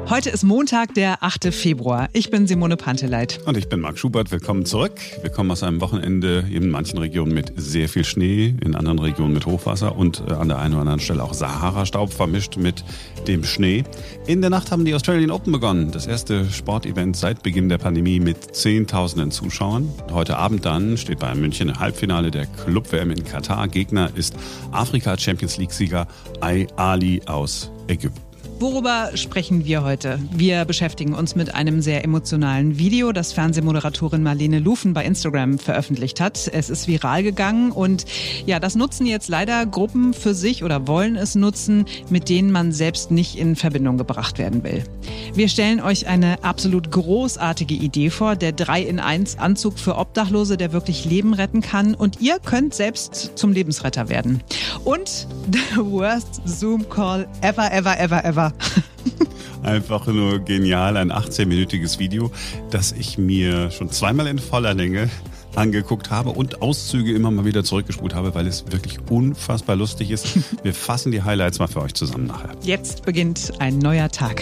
Heute ist Montag, der 8. Februar. Ich bin Simone Panteleit. Und ich bin Marc Schubert. Willkommen zurück. Wir kommen aus einem Wochenende in manchen Regionen mit sehr viel Schnee, in anderen Regionen mit Hochwasser und an der einen oder anderen Stelle auch Sahara-Staub vermischt mit dem Schnee. In der Nacht haben die Australian Open begonnen. Das erste Sportevent seit Beginn der Pandemie mit Zehntausenden Zuschauern. Heute Abend dann steht bei München ein Halbfinale der Club-WM in Katar. Gegner ist Afrika-Champions-League-Sieger Ali aus Ägypten. Worüber sprechen wir heute? Wir beschäftigen uns mit einem sehr emotionalen Video, das Fernsehmoderatorin Marlene Lufen bei Instagram veröffentlicht hat. Es ist viral gegangen und ja, das nutzen jetzt leider Gruppen für sich oder wollen es nutzen, mit denen man selbst nicht in Verbindung gebracht werden will. Wir stellen euch eine absolut großartige Idee vor, der 3-in-1-Anzug für Obdachlose, der wirklich Leben retten kann, und ihr könnt selbst zum Lebensretter werden. Und the worst Zoom-Call ever. Einfach nur genial, ein 18-minütiges Video, das ich mir schon zweimal in voller Länge angeguckt habe und Auszüge immer mal wieder zurückgespult habe, weil es wirklich unfassbar lustig ist. Wir fassen die Highlights mal für euch zusammen nachher. Jetzt beginnt ein neuer Tag.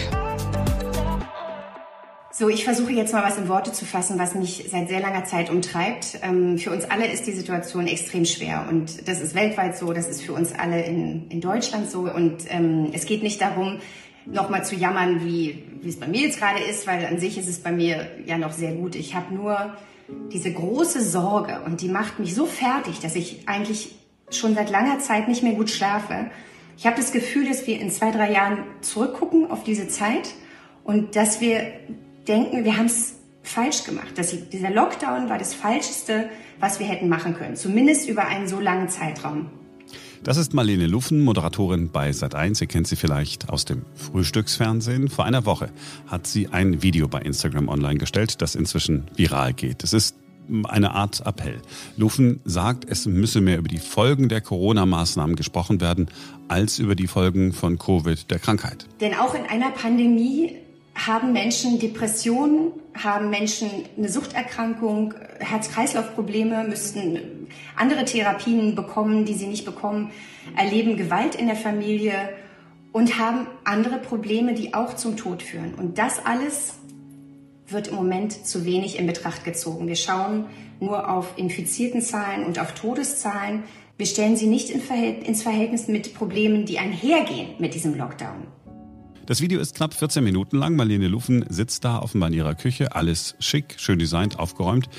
So, ich versuche jetzt mal was in Worte zu fassen, was mich seit sehr langer Zeit umtreibt. Für uns alle ist die Situation extrem schwer und das ist weltweit so, das ist für uns alle in Deutschland so und es geht nicht darum, nochmal zu jammern, wie es bei mir jetzt gerade ist, weil an sich ist es bei mir ja noch sehr gut. Ich habe nur diese große Sorge und die macht mich so fertig, dass ich eigentlich schon seit langer Zeit nicht mehr gut schlafe. Ich habe das Gefühl, dass wir in 2-3 Jahren zurückgucken auf diese Zeit und dass wir denken, wir haben es falsch gemacht. Dieser Lockdown war das Falscheste, was wir hätten machen können. Zumindest über einen so langen Zeitraum. Das ist Marlene Lufen, Moderatorin bei Sat.1. Ihr kennt sie vielleicht aus dem Frühstücksfernsehen. Vor einer Woche hat sie ein Video bei Instagram online gestellt, das inzwischen viral geht. Es ist eine Art Appell. Lufen sagt, es müsse mehr über die Folgen der Corona-Maßnahmen gesprochen werden, als über die Folgen von Covid, der Krankheit. Denn auch in einer Pandemie haben Menschen Depressionen, haben Menschen eine Suchterkrankung, Herz-Kreislauf-Probleme, müssten andere Therapien bekommen, die sie nicht bekommen, erleben Gewalt in der Familie und haben andere Probleme, die auch zum Tod führen. Und das alles wird im Moment zu wenig in Betracht gezogen. Wir schauen nur auf Infiziertenzahlen und auf Todeszahlen. Wir stellen sie nicht ins Verhältnis mit Problemen, die einhergehen mit diesem Lockdown. Das Video ist knapp 14 Minuten lang. Marlene Lufen sitzt da offenbar in ihrer Küche. Alles schick, schön designt, aufgeräumt.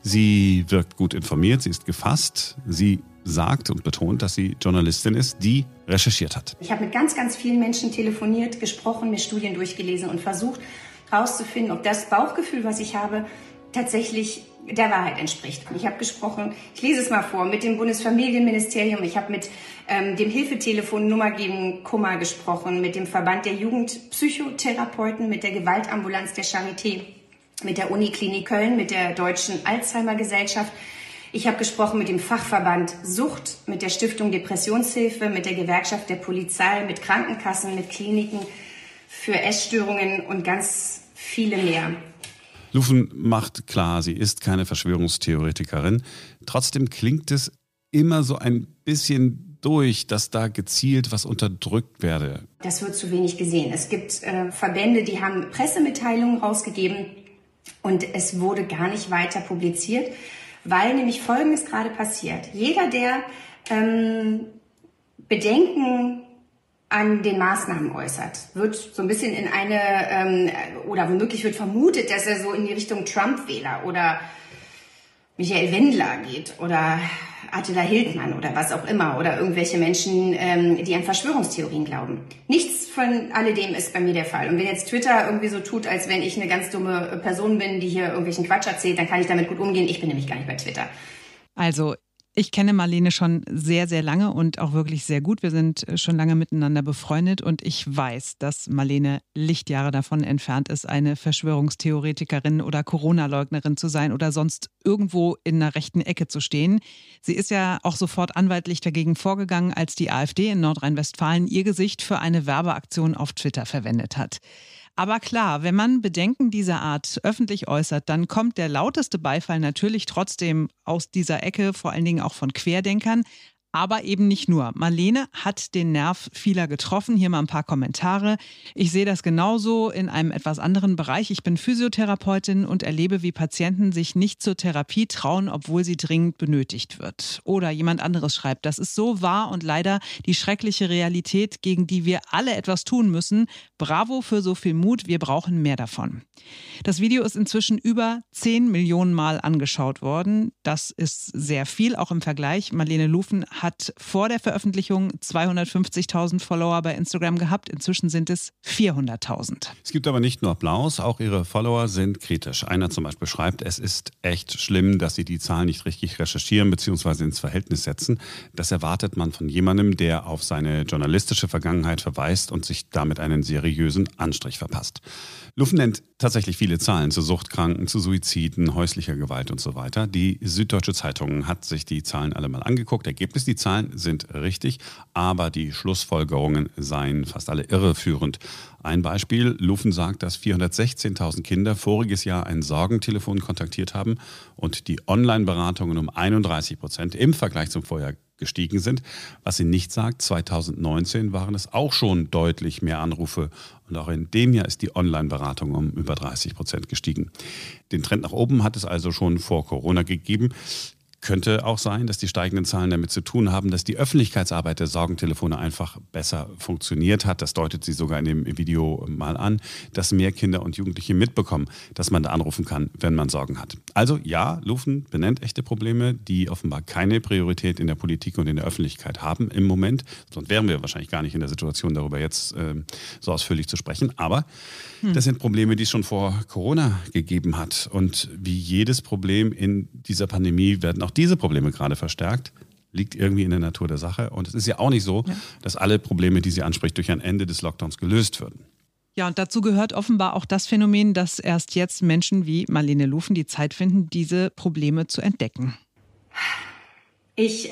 Sie wirkt gut informiert, sie ist gefasst. Sie sagt und betont, dass sie Journalistin ist, die recherchiert hat. Ich habe mit ganz, ganz vielen Menschen telefoniert, gesprochen, mir Studien durchgelesen und versucht herauszufinden, ob das Bauchgefühl, was ich habe, tatsächlich der Wahrheit entspricht. Ich habe gesprochen, ich lese es mal vor, mit dem Bundesfamilienministerium, ich habe mit dem Hilfetelefon Nummer gegen Kummer gesprochen, mit dem Verband der Jugendpsychotherapeuten, mit der Gewaltambulanz der Charité, mit der Uniklinik Köln, mit der Deutschen Alzheimer-Gesellschaft. Ich habe gesprochen mit dem Fachverband Sucht, mit der Stiftung Depressionshilfe, mit der Gewerkschaft der Polizei, mit Krankenkassen, mit Kliniken für Essstörungen und ganz viele mehr. Lufen macht klar, sie ist keine Verschwörungstheoretikerin. Trotzdem klingt es immer so ein bisschen durch, dass da gezielt was unterdrückt werde. Das wird zu wenig gesehen. Es gibt Verbände, die haben Pressemitteilungen rausgegeben und es wurde gar nicht weiter publiziert, weil nämlich Folgendes gerade passiert. Jeder, der Bedenken an den Maßnahmen äußert, wird so ein bisschen in eine, oder womöglich wird vermutet, dass er so in die Richtung Trump-Wähler oder Michael Wendler geht oder Attila Hildmann oder was auch immer oder irgendwelche Menschen, die an Verschwörungstheorien glauben. Nichts von alledem ist bei mir der Fall. Und wenn jetzt Twitter irgendwie so tut, als wenn ich eine ganz dumme Person bin, die hier irgendwelchen Quatsch erzählt, dann kann ich damit gut umgehen. Ich bin nämlich gar nicht bei Twitter. Also ich kenne Marlene schon sehr, sehr lange und auch wirklich sehr gut. Wir sind schon lange miteinander befreundet und ich weiß, dass Marlene Lichtjahre davon entfernt ist, eine Verschwörungstheoretikerin oder Corona-Leugnerin zu sein oder sonst irgendwo in einer rechten Ecke zu stehen. Sie ist ja auch sofort anwaltlich dagegen vorgegangen, als die AfD in Nordrhein-Westfalen ihr Gesicht für eine Werbeaktion auf Twitter verwendet hat. Aber klar, wenn man Bedenken dieser Art öffentlich äußert, dann kommt der lauteste Beifall natürlich trotzdem aus dieser Ecke, vor allen Dingen auch von Querdenkern. Aber eben nicht nur. Marlene hat den Nerv vieler getroffen. Hier mal ein paar Kommentare. Ich sehe das genauso in einem etwas anderen Bereich. Ich bin Physiotherapeutin und erlebe, wie Patienten sich nicht zur Therapie trauen, obwohl sie dringend benötigt wird. Oder jemand anderes schreibt, das ist so wahr und leider die schreckliche Realität, gegen die wir alle etwas tun müssen. Bravo für so viel Mut, wir brauchen mehr davon. Das Video ist inzwischen über 10 Millionen Mal angeschaut worden. Das ist sehr viel, auch im Vergleich. Marlene Lufen hat vor der Veröffentlichung 250.000 Follower bei Instagram gehabt. Inzwischen sind es 400.000. Es gibt aber nicht nur Applaus, auch ihre Follower sind kritisch. Einer zum Beispiel schreibt, es ist echt schlimm, dass sie die Zahlen nicht richtig recherchieren bzw. ins Verhältnis setzen. Das erwartet man von jemandem, der auf seine journalistische Vergangenheit verweist und sich damit einen seriösen Anstrich verpasst. Lufen nennt tatsächlich viele Zahlen zu Suchtkranken, zu Suiziden, häuslicher Gewalt und so weiter. Die Süddeutsche Zeitung hat sich die Zahlen alle mal angeguckt. Ergebnis, die Zahlen sind richtig, aber die Schlussfolgerungen seien fast alle irreführend. Ein Beispiel, Lufen sagt, dass 416.000 Kinder voriges Jahr ein Sorgentelefon kontaktiert haben und die Online-Beratungen um 31% im Vergleich zum Vorjahr gestiegen sind. Was sie nicht sagt, 2019 waren es auch schon deutlich mehr Anrufe und auch in dem Jahr ist die Online-Beratung um über 30% gestiegen. Den Trend nach oben hat es also schon vor Corona gegeben. Könnte auch sein, dass die steigenden Zahlen damit zu tun haben, dass die Öffentlichkeitsarbeit der Sorgentelefone einfach besser funktioniert hat. Das deutet sie sogar in dem Video mal an, dass mehr Kinder und Jugendliche mitbekommen, dass man da anrufen kann, wenn man Sorgen hat. Also ja, Lufen benennt echte Probleme, die offenbar keine Priorität in der Politik und in der Öffentlichkeit haben im Moment. Sonst wären wir wahrscheinlich gar nicht in der Situation, darüber jetzt so ausführlich zu sprechen. Aber das sind Probleme, die es schon vor Corona gegeben hat. Und wie jedes Problem in dieser Pandemie werden auch diese Probleme gerade verstärkt. Liegt irgendwie in der Natur der Sache. Und es ist ja auch nicht so, dass alle Probleme, die sie anspricht, durch ein Ende des Lockdowns gelöst würden. Ja, und dazu gehört offenbar auch das Phänomen, dass erst jetzt Menschen wie Marlene Lufen die Zeit finden, diese Probleme zu entdecken. Ich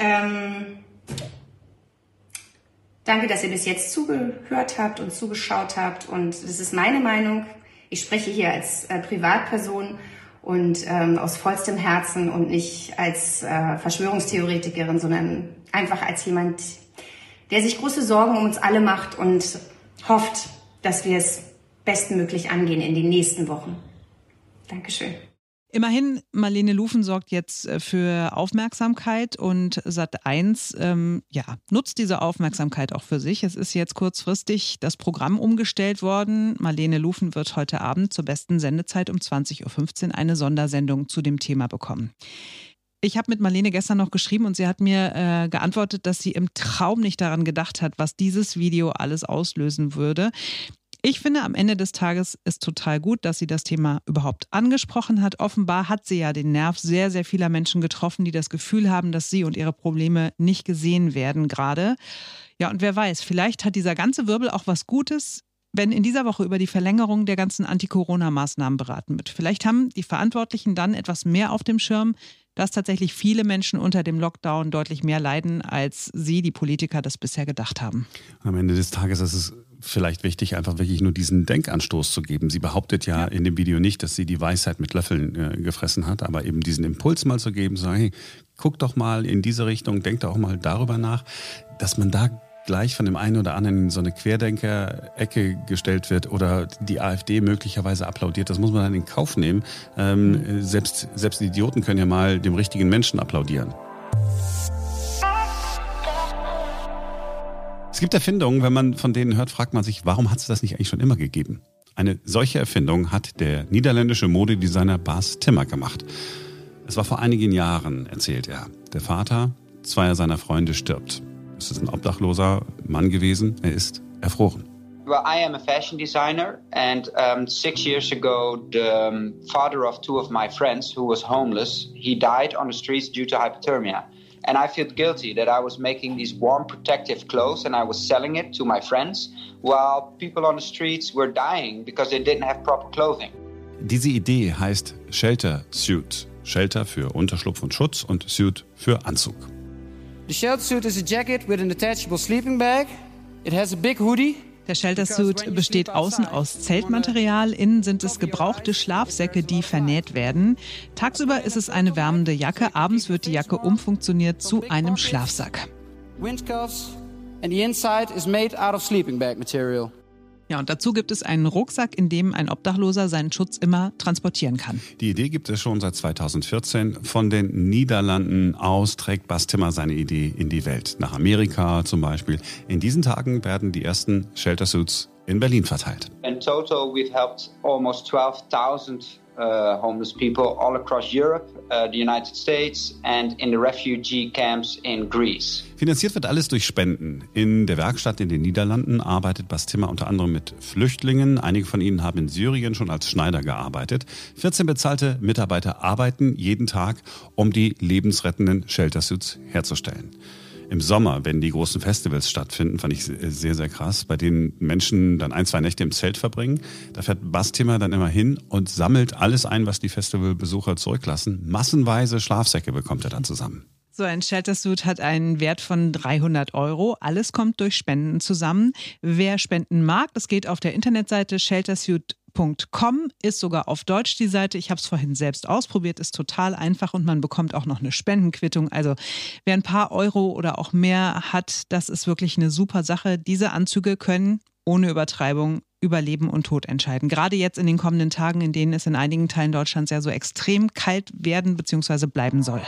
danke, dass ihr bis jetzt zugehört habt und zugeschaut habt. Und das ist meine Meinung. Ich spreche hier als Privatperson und aus vollstem Herzen und nicht als Verschwörungstheoretikerin, sondern einfach als jemand, der sich große Sorgen um uns alle macht und hofft, dass wir es bestmöglich angehen in den nächsten Wochen. Dankeschön. Immerhin, Marlene Lufen sorgt jetzt für Aufmerksamkeit und Sat.1 nutzt diese Aufmerksamkeit auch für sich. Es ist jetzt kurzfristig das Programm umgestellt worden. Marlene Lufen wird heute Abend zur besten Sendezeit um 20.15 Uhr eine Sondersendung zu dem Thema bekommen. Ich habe mit Marlene gestern noch geschrieben und sie hat mir geantwortet, dass sie im Traum nicht daran gedacht hat, was dieses Video alles auslösen würde. Ich finde, am Ende des Tages ist total gut, dass sie das Thema überhaupt angesprochen hat. Offenbar hat sie ja den Nerv sehr, sehr vieler Menschen getroffen, die das Gefühl haben, dass sie und ihre Probleme nicht gesehen werden gerade. Ja, und wer weiß, vielleicht hat dieser ganze Wirbel auch was Gutes, wenn in dieser Woche über die Verlängerung der ganzen Anti-Corona-Maßnahmen beraten wird. Vielleicht haben die Verantwortlichen dann etwas mehr auf dem Schirm, dass tatsächlich viele Menschen unter dem Lockdown deutlich mehr leiden, als sie, die Politiker, das bisher gedacht haben. Am Ende des Tages ist es vielleicht wichtig, einfach wirklich nur diesen Denkanstoß zu geben. Sie behauptet ja in dem Video nicht, dass sie die Weisheit mit Löffeln gefressen hat, aber eben diesen Impuls mal zu geben, sagen, hey, guck doch mal in diese Richtung, denk doch auch mal darüber nach, dass man da gleich von dem einen oder anderen in so eine Querdenker-Ecke gestellt wird oder die AfD möglicherweise applaudiert. Das muss man dann in Kauf nehmen. Selbst die Idioten können ja mal dem richtigen Menschen applaudieren. Es gibt Erfindungen, wenn man von denen hört, fragt man sich, warum hat es das nicht eigentlich schon immer gegeben? Eine solche Erfindung hat der niederländische Modedesigner Bas Timmer gemacht. Es war vor einigen Jahren, erzählt er. Der Vater zweier seiner Freunde stirbt. Es ist ein obdachloser Mann gewesen. Er ist erfroren. Well, I am a fashion designer, and 6 years ago, the father of two of my friends, who was homeless, he died on the streets due to hypothermia. And I felt guilty that I was making these warm, protective clothes and I was selling it to my friends, while people on the streets were dying because they didn't have proper clothing. Diese Idee heißt Shelter Suit. Shelter für Unterschlupf und Schutz und Suit für Anzug. The shelter suit is a jacket with an attachable sleeping bag. It has a big hoodie. Der Shelter-Suit besteht außen aus Zeltmaterial, innen sind es gebrauchte Schlafsäcke, die vernäht werden. Tagsüber ist es eine wärmende Jacke, abends wird die Jacke umfunktioniert zu einem Schlafsack. windcuffs, and the inside is made out of sleeping bag material. Ja, und dazu gibt es einen Rucksack, in dem ein Obdachloser seinen Schutz immer transportieren kann. Die Idee gibt es schon seit 2014. Von den Niederlanden aus trägt Bas Timmer seine Idee in die Welt. Nach Amerika zum Beispiel. In diesen Tagen werden die ersten Shelter-Suits in Berlin verteilt. In total, we've helped almost 12,000 homeless people all across Europe, the United States and in the refugee camps in Greece. Finanziert wird alles durch Spenden. In der Werkstatt in den Niederlanden arbeitet Bas Timmer unter anderem mit Flüchtlingen. Einige von ihnen haben in Syrien schon als Schneider gearbeitet. 14 bezahlte Mitarbeiter arbeiten jeden Tag, um die lebensrettenden Shelter-Suits herzustellen. Im Sommer, wenn die großen Festivals stattfinden, fand ich sehr, sehr krass, bei denen Menschen dann 1-2 Nächte im Zelt verbringen. Da fährt Bas Timmer dann immer hin und sammelt alles ein, was die Festivalbesucher zurücklassen. Massenweise Schlafsäcke bekommt er dann zusammen. So ein Shelter-Suit hat einen Wert von 300 €. Alles kommt durch Spenden zusammen. Wer spenden mag, das geht auf der Internetseite sheltersuit.com, ist sogar auf Deutsch die Seite. Ich habe es vorhin selbst ausprobiert, ist total einfach und man bekommt auch noch eine Spendenquittung. Also wer ein paar Euro oder auch mehr hat, das ist wirklich eine super Sache. Diese Anzüge können ohne Übertreibung über Leben und Tod entscheiden. Gerade jetzt in den kommenden Tagen, in denen es in einigen Teilen Deutschlands ja so extrem kalt werden bzw. bleiben soll.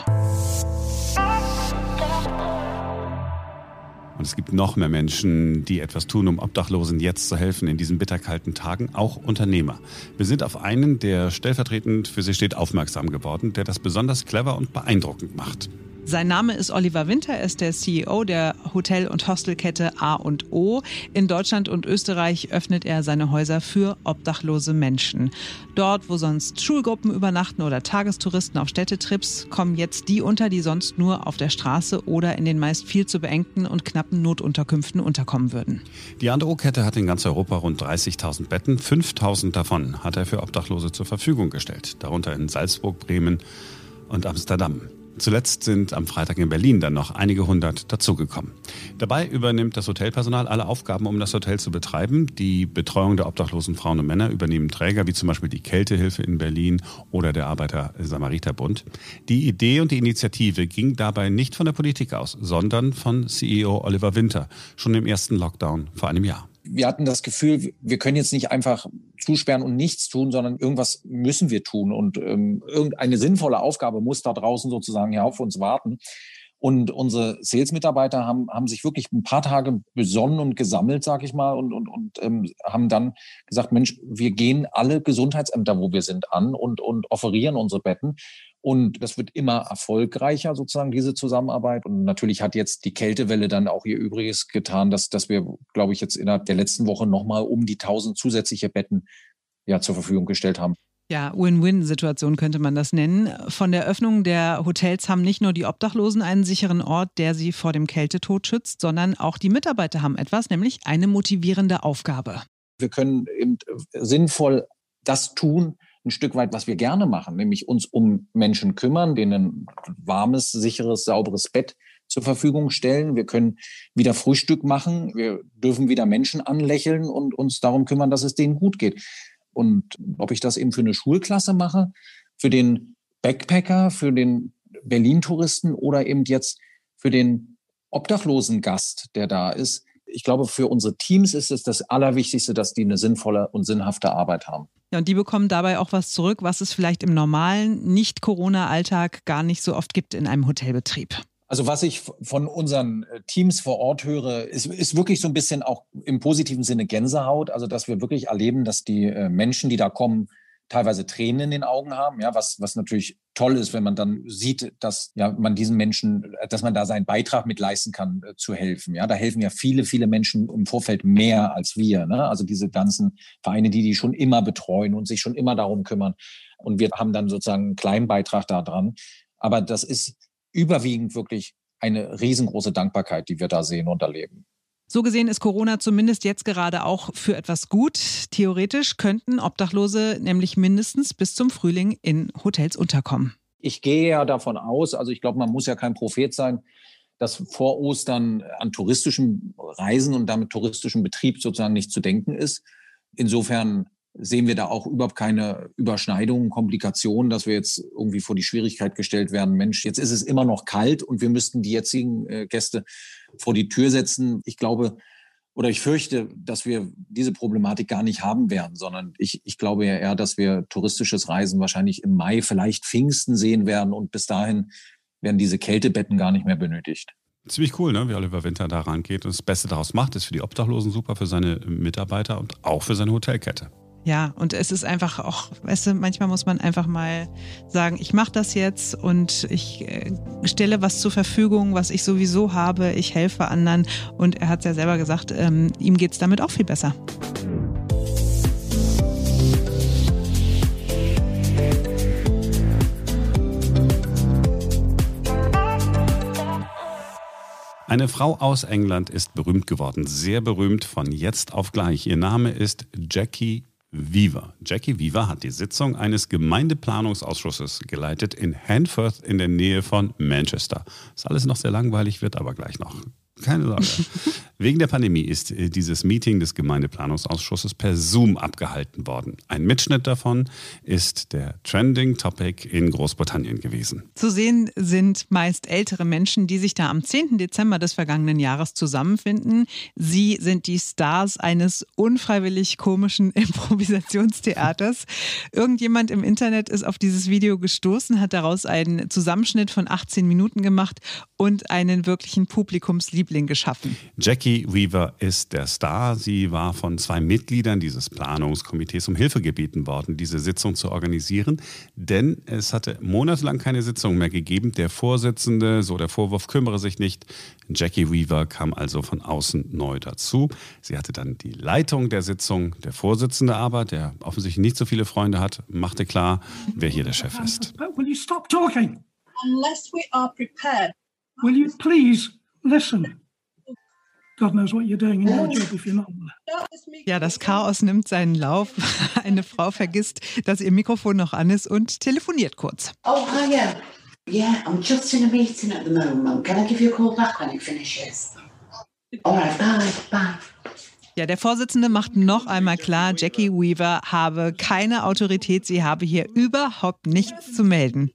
Und es gibt noch mehr Menschen, die etwas tun, um Obdachlosen jetzt zu helfen in diesen bitterkalten Tagen, auch Unternehmer. Wir sind auf einen, der stellvertretend für sie steht, aufmerksam geworden, der das besonders clever und beeindruckend macht. Sein Name ist Oliver Winter, er ist der CEO der Hotel- und Hostelkette A&O. In Deutschland und Österreich öffnet er seine Häuser für obdachlose Menschen. Dort, wo sonst Schulgruppen übernachten oder Tagestouristen auf Städtetrips, kommen jetzt die unter, die sonst nur auf der Straße oder in den meist viel zu beengten und knappen Notunterkünften unterkommen würden. Die A&O-Kette hat in ganz Europa rund 30.000 Betten. 5.000 davon hat er für Obdachlose zur Verfügung gestellt. Darunter in Salzburg, Bremen und Amsterdam. Zuletzt sind am Freitag in Berlin dann noch einige hundert dazugekommen. Dabei übernimmt das Hotelpersonal alle Aufgaben, um das Hotel zu betreiben. Die Betreuung der obdachlosen Frauen und Männer übernehmen Träger wie zum Beispiel die Kältehilfe in Berlin oder der Arbeiter-Samariter-Bund. Die Idee und die Initiative ging dabei nicht von der Politik aus, sondern von CEO Oliver Winter, schon im ersten Lockdown vor einem Jahr. Wir hatten das Gefühl, wir können jetzt nicht einfach zusperren und nichts tun, sondern irgendwas müssen wir tun. Und irgendeine sinnvolle Aufgabe muss da draußen sozusagen hier auf uns warten. Und unsere Sales-Mitarbeiter haben sich wirklich ein paar Tage besonnen und gesammelt, sag ich mal, und haben dann gesagt, Mensch, wir gehen alle Gesundheitsämter, wo wir sind, an und offerieren unsere Betten. Und das wird immer erfolgreicher, sozusagen, diese Zusammenarbeit. Und natürlich hat jetzt die Kältewelle dann auch ihr Übriges getan, dass wir, glaube ich, jetzt innerhalb der letzten Woche nochmal um die 1.000 zusätzliche Betten zur Verfügung gestellt haben. Ja, Win-Win-Situation könnte man das nennen. Von der Öffnung der Hotels haben nicht nur die Obdachlosen einen sicheren Ort, der sie vor dem Kältetod schützt, sondern auch die Mitarbeiter haben etwas, nämlich eine motivierende Aufgabe. Wir können eben sinnvoll das tun, ein Stück weit, was wir gerne machen, nämlich uns um Menschen kümmern, denen ein warmes, sicheres, sauberes Bett zur Verfügung stellen. Wir können wieder Frühstück machen. Wir dürfen wieder Menschen anlächeln und uns darum kümmern, dass es denen gut geht. Und ob ich das eben für eine Schulklasse mache, für den Backpacker, für den Berlin-Touristen oder eben jetzt für den obdachlosen Gast, der da ist. Ich glaube, für unsere Teams ist es das Allerwichtigste, dass die eine sinnvolle und sinnhafte Arbeit haben. Ja, und die bekommen dabei auch was zurück, was es vielleicht im normalen, Nicht-Corona-Alltag gar nicht so oft gibt in einem Hotelbetrieb. Also was ich von unseren Teams vor Ort höre, ist wirklich so ein bisschen auch im positiven Sinne Gänsehaut. Also dass wir wirklich erleben, dass die Menschen, die da kommen, teilweise Tränen in den Augen haben, ja, was natürlich toll ist, wenn man dann sieht, dass man diesen Menschen, dass man da seinen Beitrag mit leisten kann, zu helfen. Ja, da helfen ja viele, viele Menschen im Vorfeld mehr als wir. Ne? Also diese ganzen Vereine, die schon immer betreuen und sich schon immer darum kümmern. Und wir haben dann sozusagen einen kleinen Beitrag da dran. Aber das ist überwiegend wirklich eine riesengroße Dankbarkeit, die wir da sehen und erleben. So gesehen ist Corona zumindest jetzt gerade auch für etwas gut. Theoretisch könnten Obdachlose nämlich mindestens bis zum Frühling in Hotels unterkommen. Ich gehe ja davon aus, also ich glaube, man muss ja kein Prophet sein, dass vor Ostern an touristischen Reisen und damit touristischem Betrieb sozusagen nicht zu denken ist. Insofern sehen wir da auch überhaupt keine Überschneidungen, Komplikationen, dass wir jetzt irgendwie vor die Schwierigkeit gestellt werden, Mensch, jetzt ist es immer noch kalt und wir müssten die jetzigen Gäste vor die Tür setzen. Ich glaube oder ich fürchte, dass wir diese Problematik gar nicht haben werden, sondern ich glaube ja eher, dass wir touristisches Reisen wahrscheinlich im Mai, vielleicht Pfingsten sehen werden und bis dahin werden diese Kältebetten gar nicht mehr benötigt. Ziemlich cool, ne? Wie Oliver Winter da rangeht und das Beste daraus macht. Ist für die Obdachlosen super, für seine Mitarbeiter und auch für seine Hotelkette. Ja, und es ist einfach auch, weißt du, manchmal muss man einfach mal sagen, ich mache das jetzt und ich stelle was zur Verfügung, was ich sowieso habe, ich helfe anderen. Und er hat es ja selber gesagt, ihm geht es damit auch viel besser. Eine Frau aus England ist berühmt geworden, sehr berühmt von jetzt auf gleich. Ihr Name ist Jackie Weaver. Jackie Weaver hat die Sitzung eines Gemeindeplanungsausschusses geleitet in Handforth in der Nähe von Manchester. Ist alles noch sehr langweilig, wird aber gleich noch. Keine Sorge. Wegen der Pandemie ist dieses Meeting des Gemeindeplanungsausschusses per Zoom abgehalten worden. Ein Mitschnitt davon ist der Trending Topic in Großbritannien gewesen. Zu sehen sind meist ältere Menschen, die sich da am 10. Dezember des vergangenen Jahres zusammenfinden. Sie sind die Stars eines unfreiwillig komischen Improvisationstheaters. Irgendjemand im Internet ist auf dieses Video gestoßen, hat daraus einen Zusammenschnitt von 18 Minuten gemacht und einen wirklichen Publikumsliebling geschaffen. Jackie Weaver ist der Star. Sie war von 2 Mitgliedern dieses Planungskomitees um Hilfe gebeten worden, diese Sitzung zu organisieren. Denn es hatte monatelang keine Sitzung mehr gegeben. Der Vorsitzende, so der Vorwurf, kümmere sich nicht. Jackie Weaver kam also von außen neu dazu. Sie hatte dann die Leitung der Sitzung. Der Vorsitzende aber, der offensichtlich nicht so viele Freunde hat, machte klar, wer hier der Chef ist. Will you stop talking? Unless we are prepared. Will you please listen? God knows what you're doing in your job if you're not. Ja, das Chaos nimmt seinen Lauf. Eine Frau vergisst, dass ihr Mikrofon noch an ist und telefoniert kurz. Oh, hiya. Yeah, I'm just in a meeting at the moment. Can I give you a call back when it finishes? All right, bye. Ja, der Vorsitzende macht noch einmal klar, Jackie Weaver habe keine Autorität, sie habe hier überhaupt nichts zu melden.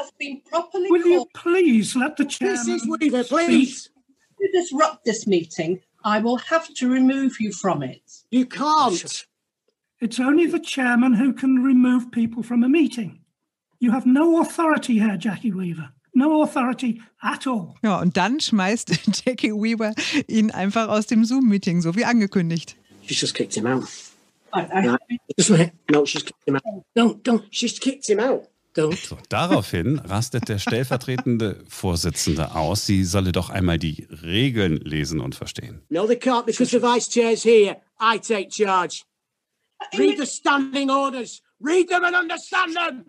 Will you please let the chairman Mrs. Weaver, please. If you disrupt this meeting, I will have to remove you from it. You can't. It's only the chairman who can remove people from a meeting. You have no authority here, Jackie Weaver. No authority at all. Ja, und dann schmeißt Jackie Weaver ihn einfach aus dem Zoom-Meeting, so wie angekündigt. She's just kicked him out. No, she's kicked him out. Don't. She's kicked him out. So, daraufhin rastet der stellvertretende Vorsitzende aus. Sie solle doch einmal die Regeln lesen und verstehen. No, they can't because the vice chair's here. I take charge. Read the standing orders. Read them and understand them.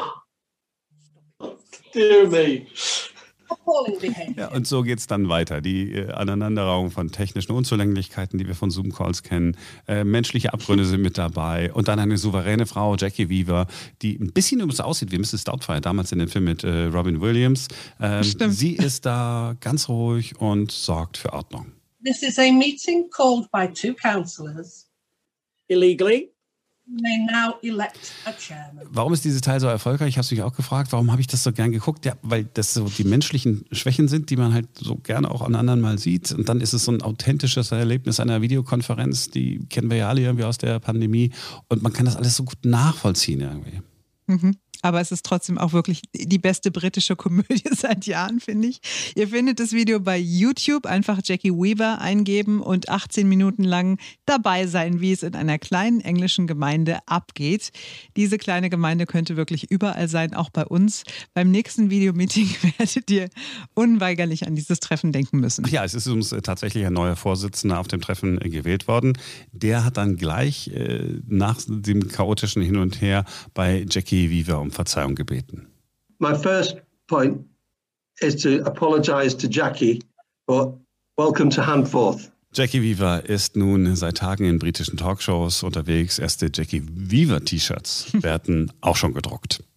Dear me. Ja, und so geht es dann weiter. Die Aneinanderreihung von technischen Unzulänglichkeiten, die wir von Zoom-Calls kennen. Menschliche Abgründe sind mit dabei. Und dann eine souveräne Frau, Jackie Weaver, die ein bisschen übrigens aussieht wie Mrs. Doubtfire, damals in dem Film mit Robin Williams. Sie ist da ganz ruhig und sorgt für Ordnung. This is a meeting called by 2 councillors. Illegally. May now elect a chairman. Warum ist dieses Teil so erfolgreich? Ich habe mich auch gefragt, warum habe ich das so gern geguckt? Ja, weil das so die menschlichen Schwächen sind, die man halt so gerne auch an anderen mal sieht. Und dann ist es so ein authentisches Erlebnis einer Videokonferenz, die kennen wir ja alle irgendwie aus der Pandemie. Und man kann das alles so gut nachvollziehen irgendwie. Mhm. Aber es ist trotzdem auch wirklich die beste britische Komödie seit Jahren, finde ich. Ihr findet das Video bei YouTube. Einfach Jackie Weaver eingeben und 18 Minuten lang dabei sein, wie es in einer kleinen englischen Gemeinde abgeht. Diese kleine Gemeinde könnte wirklich überall sein, auch bei uns. Beim nächsten Videomeeting werdet ihr unweigerlich an dieses Treffen denken müssen. Ja, es ist uns tatsächlich ein neuer Vorsitzender auf dem Treffen gewählt worden. Der hat dann gleich nach dem chaotischen Hin und Her bei Jackie Weaver um Verzeihung gebeten. My first point is to apologize to Jackie for welcome to Handforth. Jackie Weaver ist nun seit Tagen in britischen Talkshows unterwegs. Erste Jackie Weaver T-Shirts werden auch schon gedruckt.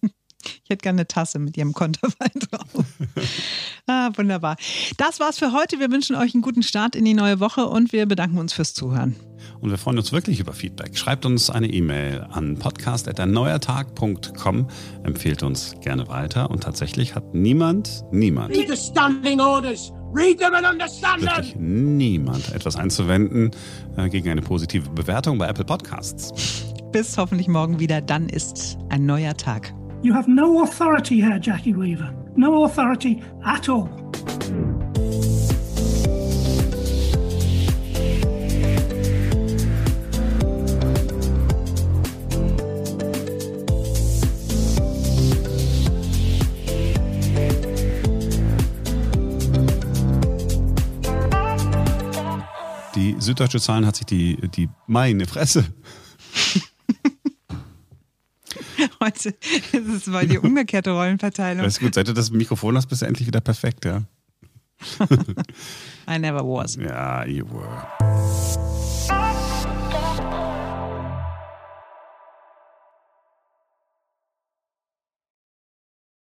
Ich hätte gerne eine Tasse mit Ihrem Konterfei drauf. Wunderbar. Das war's für heute. Wir wünschen euch einen guten Start in die neue Woche und wir bedanken uns fürs Zuhören. Und wir freuen uns wirklich über Feedback. Schreibt uns eine E-Mail an podcast@erneuertag.com. Empfehlt uns gerne weiter. Und tatsächlich hat niemand Read the standing orders. Read them and understand them. Wirklich niemand etwas einzuwenden gegen eine positive Bewertung bei Apple Podcasts. Bis hoffentlich morgen wieder. Dann ist ein neuer Tag. You have no authority here, Jackie Weaver. No authority at all. Die Süddeutsche Zahlen hat sich die meine Fresse. Heute ist es mal die umgekehrte Rollenverteilung. Das ist gut, seit du das Mikrofon hast, bist du endlich wieder perfekt, ja. I never was. Ja, you were.